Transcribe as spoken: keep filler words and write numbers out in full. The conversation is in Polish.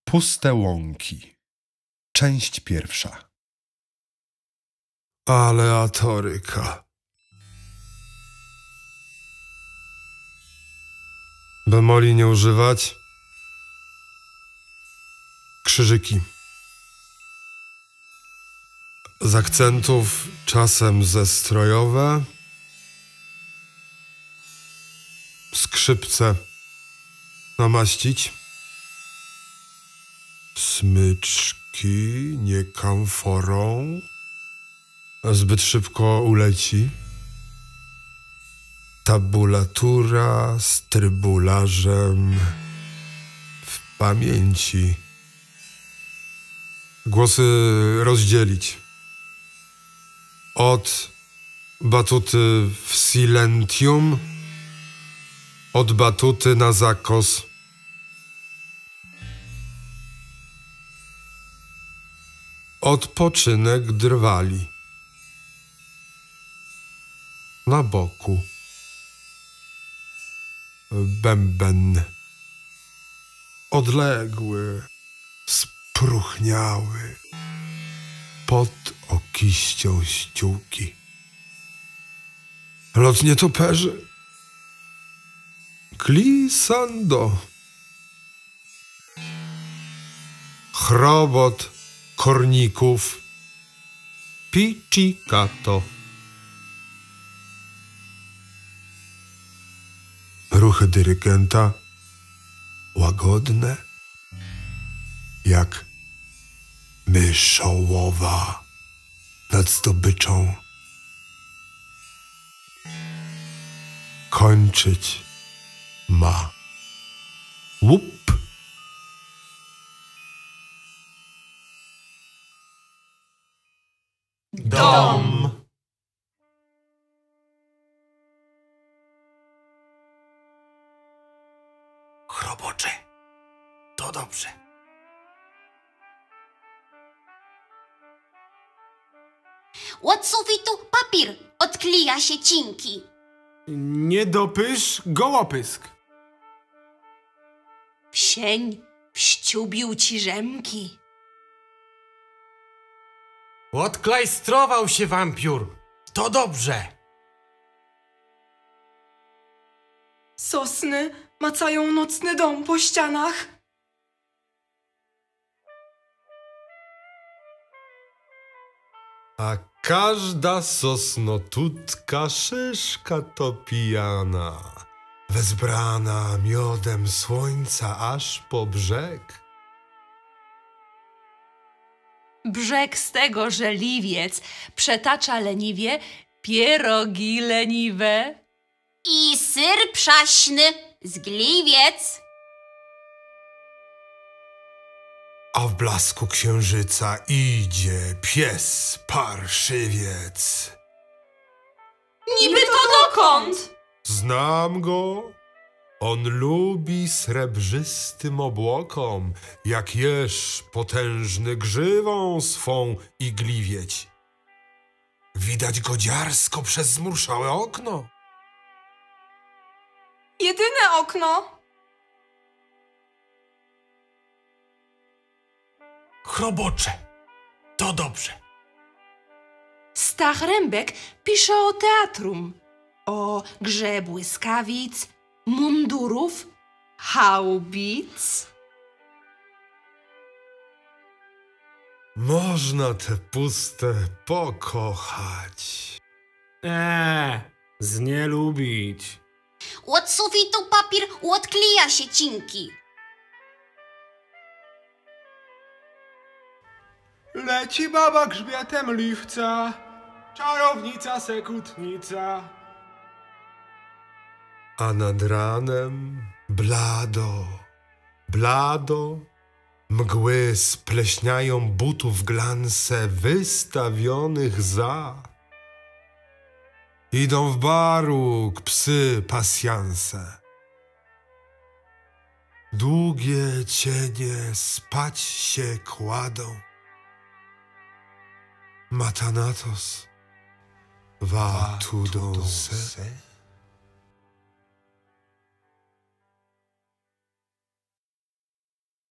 Puste łąki. Część pierwsza. Aleatoryka. Bemoli nie używać. Krzyżyki. Z akcentów czasem zestrojowe. Skrzypce namaścić. Smyczki nie kamforą. Zbyt szybko uleci. Tabulatura z trybularzem w pamięci. Głosy rozdzielić. Od batuty w silentium, od batuty na zakos. Odpoczynek drwali. Na boku. Bęben. Odległy, spróchniały, pod okiścią ściółki. Lot nietoperzy. Glissando. Chrobot korników. Pizzicato. Ruchy dyrygenta łagodne, jak myszołowa nad zdobyczą. Kończyć ma. Łup. Dom. Chrobocze, to dobrze. Od sufitu papier odklija się cinki. Niedopysz, gołopysk. Wsień wściubił ci rzemki. Odklajstrował się wampiur. To dobrze. Sosny macają nocny dom po ścianach. A każda sosnotutka szyszka to pijana, wezbrana miodem słońca aż po brzeg. Brzeg z tego, że liwiec przetacza leniwie pierogi leniwe. I syr przaśny z gliwiec. A w blasku księżyca idzie pies parszywiec. Niby to dokąd? Znam go. On lubi srebrzystym obłokom, jak jeż potężny grzywą swą igliwieć. Widać go dziarsko przez zmurszałe okno. Jedyne okno. Chrobocze, to dobrze. Stach Rębek pisze o teatrum, o grze błyskawic, mundurów, haubic. Można te puste pokochać. Eee, znielubić. Od sufitu papier odklija się cinki. Leci baba grzbietem liwca, czarownica sekutnica. A nad ranem blado, blado, mgły spleśniają butów glanse wystawionych za. Idą w baróg psy pasjanse. Długie cienie spać się kładą. Matanatos va tu donse.